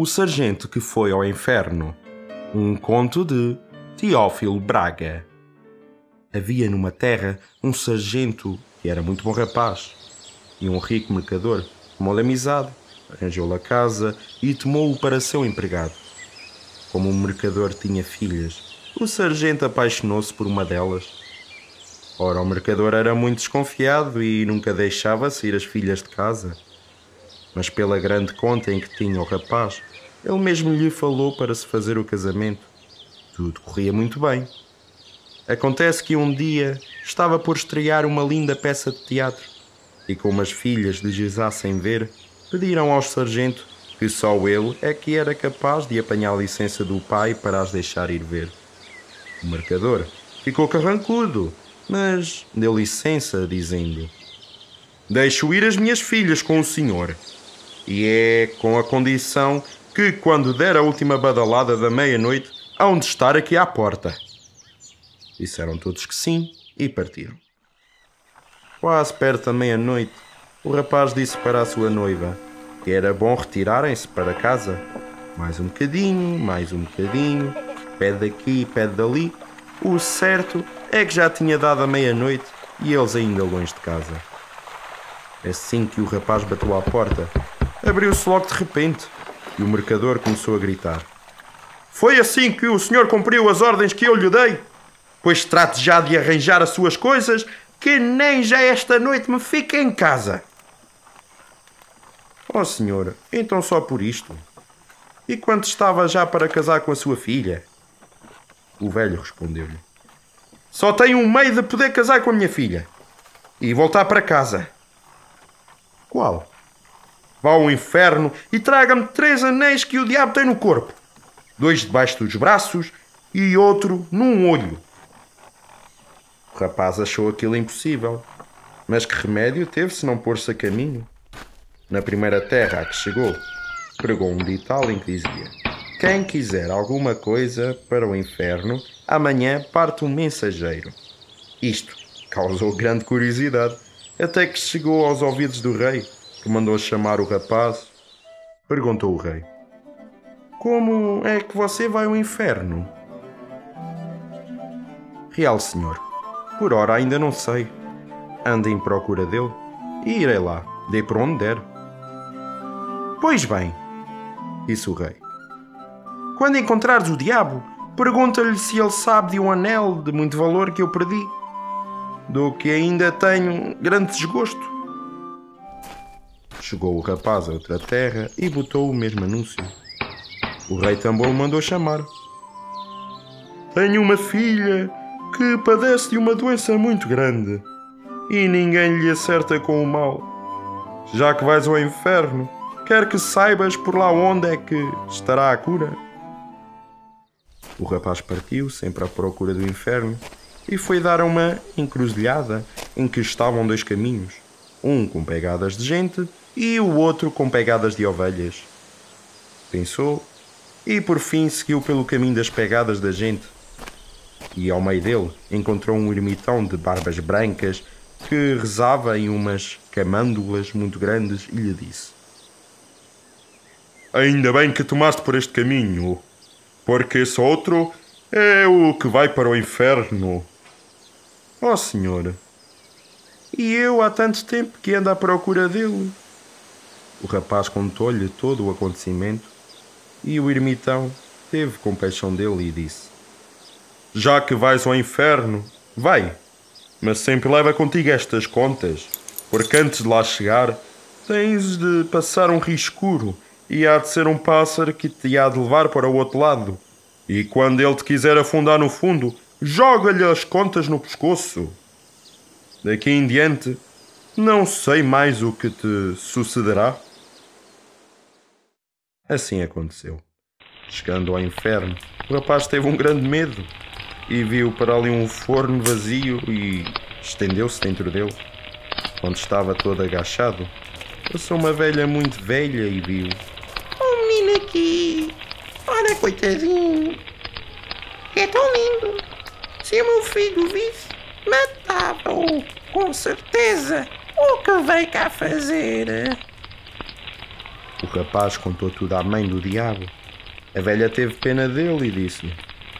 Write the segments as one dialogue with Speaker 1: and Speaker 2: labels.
Speaker 1: O Sargento que foi ao inferno. Um conto de Teófilo Braga. Havia numa terra um sargento que era muito bom rapaz e um rico mercador tomou-lhe amizade, arranjou-lhe a casa e tomou-o para seu empregado. Como o mercador tinha filhas, o sargento apaixonou-se por uma delas. Ora, o mercador era muito desconfiado e nunca deixava sair as filhas de casa. Mas pela grande conta em que tinha o rapaz, ele mesmo lhe falou para se fazer o casamento. Tudo corria muito bem. Acontece que um dia estava por estrear uma linda peça de teatro e, como as filhas desejassem ver, pediram ao sargento que só ele é que era capaz de apanhar a licença do pai para as deixar ir ver. O mercador ficou carrancudo, mas deu licença, dizendo: "Deixo ir as minhas filhas com o senhor, e é com a condição que, quando der a última badalada da meia-noite, hão de estar aqui à porta." Disseram todos que sim e partiram. Quase perto da meia-noite, o rapaz disse para a sua noiva que era bom retirarem-se para casa. Mais um bocadinho, pé daqui, pé dali. O certo é que já tinha dado a meia-noite e eles ainda longe de casa. Assim que o rapaz bateu à porta, abriu-se logo de repente e o mercador começou a gritar: "Foi assim que o senhor cumpriu as ordens que eu lhe dei? Pois trate já de arranjar as suas coisas, que nem já esta noite me fica em casa." "Oh senhor, então só por isto? E quando estava já para casar com a sua filha?" O velho respondeu-lhe: "Só tenho um meio de poder casar com a minha filha e voltar para casa." "Qual?" "Vá ao inferno e traga-me 3 anéis que o diabo tem no corpo. 2 debaixo dos braços e outro num olho." O rapaz achou aquilo impossível, mas que remédio teve se não pôr-se a caminho? Na primeira terra a que chegou, pregou um ditado em que dizia: "Quem quiser alguma coisa para o inferno, amanhã parte um mensageiro." Isto causou grande curiosidade, até que chegou aos ouvidos do rei, que mandou chamar o rapaz. Perguntou o rei: "Como é que você vai ao inferno?" "Real senhor, por ora ainda não sei. Ando em procura dele e irei lá, dê por onde der." "Pois bem", disse o rei, "quando encontrares o diabo, pergunta-lhe se ele sabe de um anel de muito valor que eu perdi, do que ainda tenho grande desgosto." Chegou o rapaz a outra terra e botou o mesmo anúncio. O rei também o mandou chamar. "Tenho uma filha que padece de uma doença muito grande e ninguém lhe acerta com o mal. Já que vais ao inferno, quero que saibas por lá onde é que estará a cura." O rapaz partiu sempre à procura do inferno e foi dar a uma encruzilhada em que estavam 2 caminhos, um com pegadas de gente e o outro com pegadas de ovelhas. Pensou e por fim seguiu pelo caminho das pegadas da gente. E ao meio dele encontrou um ermitão de barbas brancas que rezava em umas camândulas muito grandes e lhe disse: "Ainda bem que tomaste por este caminho, porque esse outro é o que vai para o inferno." "Oh senhor, e eu há tanto tempo que ando à procura dele." O rapaz contou-lhe todo o acontecimento e o ermitão teve compaixão dele e disse: "Já que vais ao inferno, vai, mas sempre leva contigo estas contas, porque antes de lá chegar tens de passar um rio escuro e há de ser um pássaro que te há de levar para o outro lado. E quando ele te quiser afundar no fundo, joga-lhe as contas no pescoço. Daqui em diante, não sei mais o que te sucederá." Assim aconteceu. Chegando ao inferno, o rapaz teve um grande medo e viu para ali um forno vazio e estendeu-se dentro dele. Onde estava todo agachado, passou uma velha muito velha e viu:
Speaker 2: "Um menino aqui, ora coitadinho, é tão lindo. Se o meu filho visse, matava-o, com certeza. O que veio cá fazer?"
Speaker 1: O rapaz contou tudo à mãe do diabo. A velha teve pena dele e disse-lhe: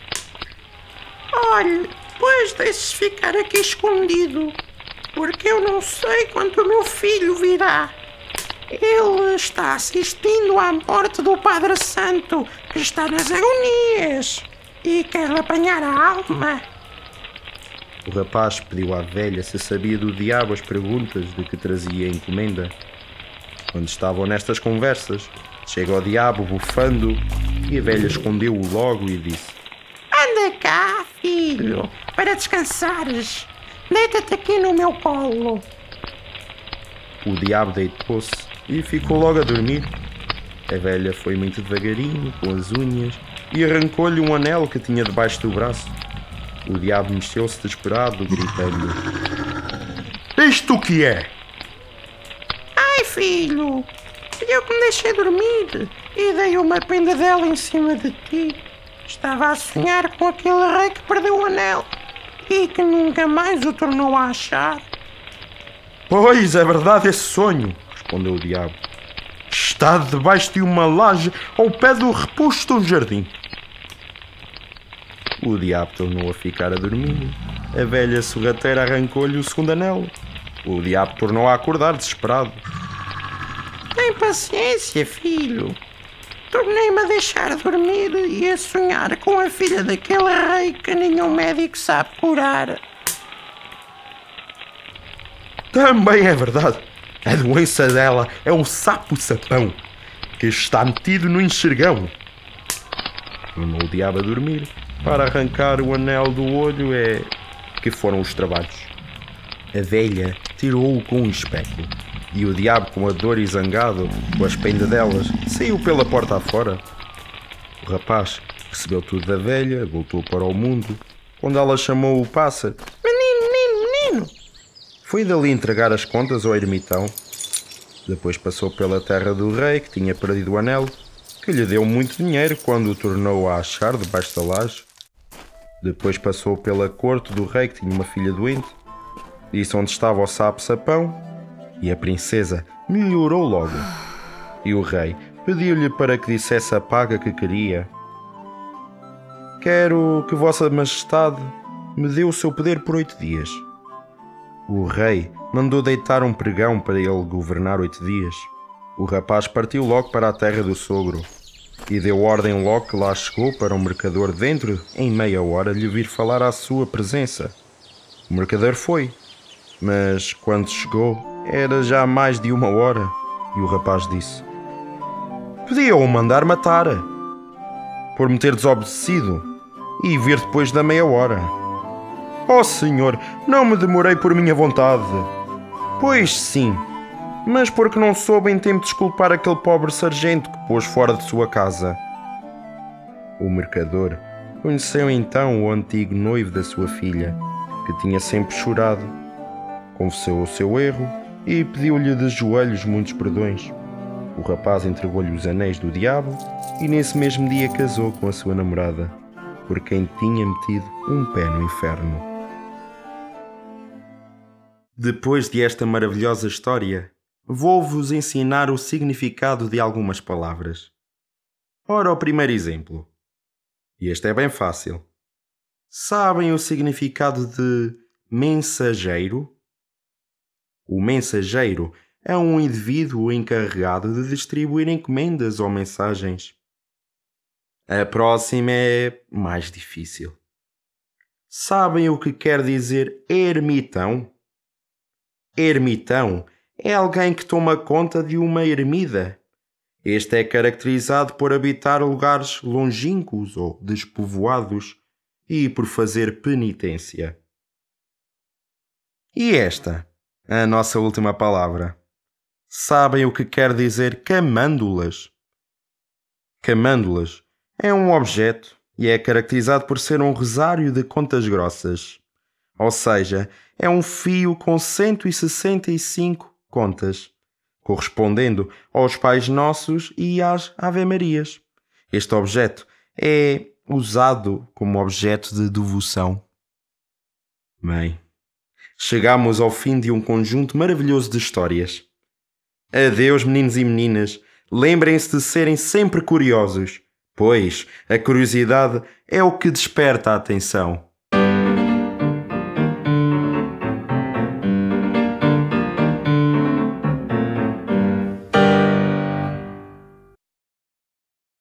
Speaker 2: Olhe, pois deixes ficar aqui escondido, porque eu não sei quando o meu filho virá. Ele está assistindo à morte do Padre Santo, que está nas agonias, e quer apanhar a alma.
Speaker 1: O rapaz pediu à velha se sabia do diabo as perguntas de que trazia a encomenda. Quando estavam nestas conversas, chega o diabo bufando e a velha escondeu-o logo e disse:
Speaker 2: Anda cá, filho, para descansares. Deita-te aqui no meu colo.
Speaker 1: O diabo deitou-se e ficou logo a dormir. A velha foi muito devagarinho, com as unhas, e arrancou-lhe um anel que tinha debaixo do braço. O diabo mexeu-se desesperado, gritando: Isto o que é?
Speaker 2: Ai, filho, eu que me deixei dormir e dei uma pendadela em cima de ti. Estava a sonhar com aquele rei que perdeu o anel e que nunca mais o tornou a achar.
Speaker 1: Pois, é verdade esse sonho, respondeu o diabo. Está debaixo de uma laje ao pé do repuxo de um jardim. O diabo tornou a ficar a dormir. A velha sorrateira arrancou-lhe o segundo anel. O diabo tornou a acordar desesperado.
Speaker 2: Tem paciência, filho. Tornei-me a deixar dormir e a sonhar com a filha daquele rei que nenhum médico sabe curar.
Speaker 1: Também é verdade. A doença dela é um sapo-sapão que está metido no enxergão. Tornou o diabo a dormir. Para arrancar o anel do olho que foram os trabalhos. A velha tirou-o com um espeto. E o diabo, com a dor e zangado, com as pendadelas, saiu pela porta afora. O rapaz recebeu tudo da velha, voltou para o mundo, quando ela chamou o pássaro.
Speaker 2: Menino!
Speaker 1: Foi dali entregar as contas ao ermitão. Depois passou pela terra do rei, que tinha perdido o anel, que lhe deu muito dinheiro quando o tornou a achar debaixo da laje. Depois passou pela corte do rei, que tinha uma filha doente. Disse onde estava o sapo-sapão e a princesa melhorou logo. E o rei pediu-lhe para que dissesse a paga que queria. Quero que Vossa Majestade me dê o seu poder por 8 dias. O rei mandou deitar um pregão para ele governar 8 dias. O rapaz partiu logo para a terra do sogro e deu ordem logo que lá chegou para um mercador dentro em meia hora lhe vir falar à sua presença. O mercader foi, mas quando chegou era já mais de 1 hora e o rapaz disse: Podia-o mandar matar por me ter desobedecido e vir depois da meia hora. Oh senhor, não me demorei por minha vontade. Pois sim, mas porque não soube em tempo desculpar aquele pobre sargento que pôs fora de sua casa. O mercador conheceu então o antigo noivo da sua filha, que tinha sempre chorado. Confessou o seu erro e pediu-lhe de joelhos muitos perdões. O rapaz entregou-lhe os anéis do diabo e nesse mesmo dia casou com a sua namorada, por quem tinha metido um pé no inferno. Depois de esta maravilhosa história, vou-vos ensinar o significado de algumas palavras. Ora, o primeiro exemplo. E este é bem fácil. Sabem o significado de mensageiro? O mensageiro é um indivíduo encarregado de distribuir encomendas ou mensagens. A próxima é mais difícil. Sabem o que quer dizer ermitão? Ermitão é alguém que toma conta de uma ermida. Este é caracterizado por habitar lugares longínquos ou despovoados e por fazer penitência. E esta, a nossa última palavra. Sabem o que quer dizer camândulas? Camândulas é um objeto e é caracterizado por ser um rosário de contas grossas. Ou seja, é um fio com 165 contas, correspondendo aos Pais Nossos e às Ave-Marias. Este objeto é usado como objeto de devoção. Bem, chegamos ao fim de um conjunto maravilhoso de histórias. Adeus, meninos e meninas. Lembrem-se de serem sempre curiosos, pois a curiosidade é o que desperta a atenção.